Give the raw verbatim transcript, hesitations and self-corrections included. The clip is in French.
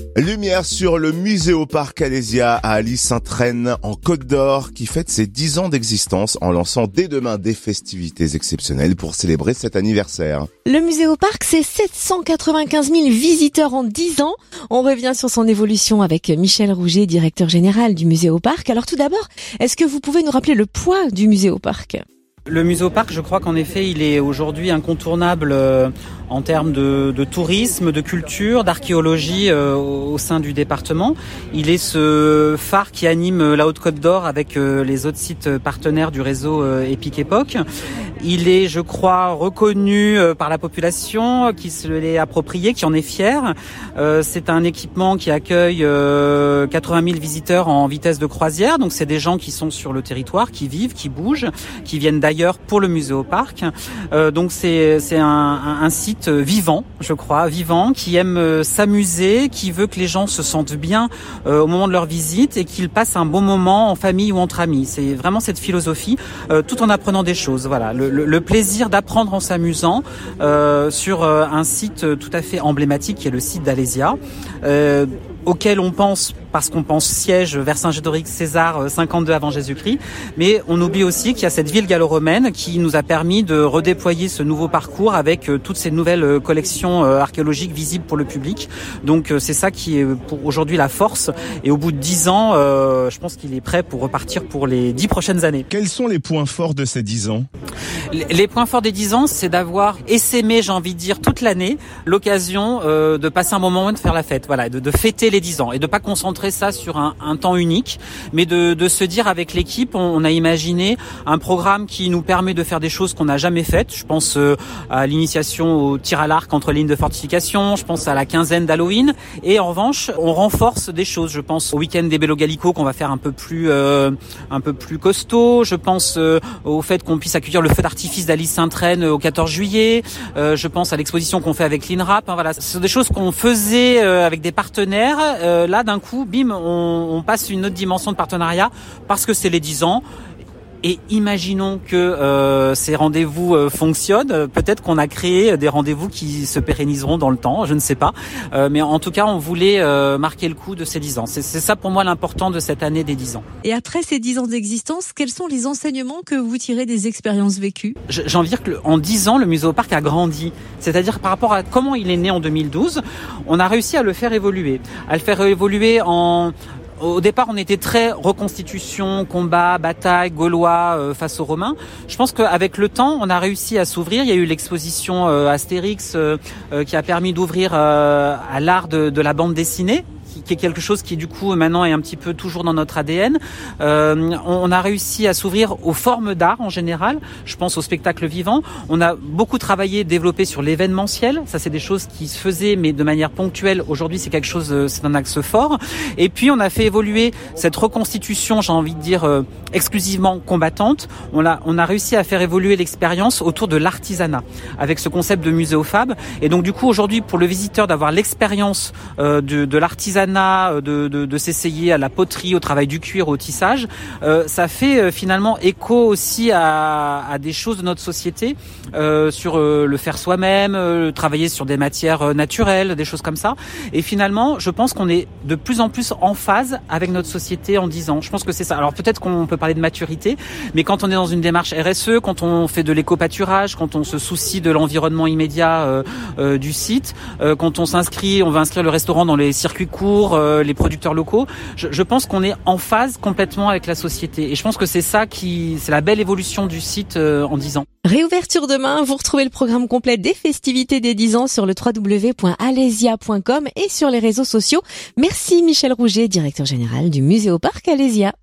Lumière sur le Muséoparc Alésia à Alys-Sainte-Reine en Côte d'Or qui fête ses dix ans d'existence en lançant dès demain des festivités exceptionnelles pour célébrer cet anniversaire. Le Muséoparc, c'est sept cent quatre-vingt-quinze mille visiteurs en dix ans. On revient sur son évolution avec Michel Rouget, directeur général du Muséoparc. Alors tout d'abord, est-ce que vous pouvez nous rappeler le poids du Muséoparc ? Le Muséoparc, je crois qu'en effet, il est aujourd'hui incontournable euh, en termes de, de tourisme, de culture, d'archéologie euh, au sein du département. Il est ce phare qui anime la Haute-Côte d'Or avec euh, les autres sites partenaires du réseau euh, Epic Époque. Il est, je crois, reconnu euh, par la population, qui se l'est approprié, qui en est fier. Euh, c'est un équipement qui accueille euh, quatre-vingt mille visiteurs en vitesse de croisière. Donc, c'est des gens qui sont sur le territoire, qui vivent, qui bougent, qui viennent d'ailleurs pour le Muséoparc. Euh, donc c'est c'est un, un, un site vivant, je crois, vivant, qui aime euh, s'amuser, qui veut que les gens se sentent bien euh, au moment de leur visite et qu'ils passent un bon moment en famille ou entre amis. C'est vraiment cette philosophie, euh, tout en apprenant des choses. Voilà, le, le, le plaisir d'apprendre en s'amusant euh, sur euh, un site tout à fait emblématique qui est le site d'Alésia, euh, auquel on pense parce qu'on pense siège Vercingétorix César cinquante-deux avant Jésus-Christ, mais on oublie aussi qu'il y a cette ville gallo-romaine qui nous a permis de redéployer ce nouveau parcours avec toutes ces nouvelles collections archéologiques visibles pour le public. Donc c'est ça qui est pour aujourd'hui la force, et au bout de dix ans, euh, je pense qu'il est prêt pour repartir pour les dix prochaines années. Quels sont les points forts de ces dix ans ? Les points forts des dix ans, c'est d'avoir essaimé, j'ai envie de dire, toute l'année, l'occasion euh, de passer un bon moment et de faire la fête, voilà, de, de fêter les dix ans et de pas concentrer ça sur un, un temps unique, mais de, de se dire avec l'équipe, on, on a imaginé un programme qui nous permet de faire des choses qu'on n'a jamais faites. Je pense euh, à l'initiation au tir à l'arc entre lignes de fortification, je pense à la quinzaine d'Halloween, et en revanche, on renforce des choses. Je pense au week-end des Bello Gallico qu'on va faire un peu plus euh, un peu plus costaud. Je pense euh, au fait qu'on puisse accueillir le feu d'artifice d'Alys-Sainte-Reine au quatorze juillet. Euh, je pense à l'exposition qu'on fait avec l'INRAP. Hein, voilà, ce sont des choses qu'on faisait euh, avec des partenaires. Euh, là, d'un coup, bim, on, on passe une autre dimension de partenariat parce que c'est les dix ans. Et imaginons que euh, ces rendez-vous euh, fonctionnent. Peut-être qu'on a créé des rendez-vous qui se pérenniseront dans le temps, je ne sais pas. Euh, mais en tout cas, on voulait euh, marquer le coup de ces dix ans. C'est, c'est ça pour moi l'important de cette année des dix ans. Et après ces dix ans d'existence, quels sont les enseignements que vous tirez des expériences vécues ? J'ai envie de dire qu'en dix ans, le Muséoparc a grandi. C'est-à-dire par rapport à comment il est né en deux mille douze, on a réussi à le faire évoluer. À le faire évoluer en... Au départ, on était très reconstitution, combat, bataille, gaulois euh, face aux Romains. Je pense qu'avec le temps, on a réussi à s'ouvrir. Il y a eu l'exposition euh, Astérix euh, euh, qui a permis d'ouvrir euh, à l'art de, de la bande dessinée, qui est quelque chose qui du coup maintenant est un petit peu toujours dans notre A D N. Euh, on a réussi à s'ouvrir aux formes d'art en général. Je pense au spectacle vivant. On a beaucoup travaillé, développé sur l'événementiel. Ça, c'est des choses qui se faisaient, mais de manière ponctuelle. Aujourd'hui, c'est quelque chose, c'est un axe fort. Et puis, on a fait évoluer cette reconstitution, j'ai envie de dire, euh, exclusivement combattante. On a, on a réussi à faire évoluer l'expérience autour de l'artisanat, avec ce concept de muséophab. Et donc, du coup, aujourd'hui, pour le visiteur, d'avoir l'expérience euh, de, de l'artisanat, De, de, de s'essayer à la poterie, au travail du cuir, au tissage, euh, ça fait euh, finalement écho aussi à, à des choses de notre société, euh, sur euh, le faire soi-même, euh, travailler sur des matières euh, naturelles, des choses comme ça. Et finalement, je pense qu'on est de plus en plus en phase avec notre société en dix ans. Je pense que c'est ça. Alors peut-être qu'on peut parler de maturité, mais quand on est dans une démarche R S E, quand on fait de l'éco-pâturage, quand on se soucie de l'environnement immédiat euh, euh, du site, euh, quand on s'inscrit, on va inscrire le restaurant dans les circuits courts, les producteurs locaux, je, je pense qu'on est en phase complètement avec la société. Et je pense que c'est ça qui, c'est la belle évolution du site euh, en dix ans. Réouverture demain, vous retrouvez le programme complet des festivités des dix ans sur le w w w point alésia point com et sur les réseaux sociaux. Merci Michel Rouget, directeur général du Muséoparc Alésia.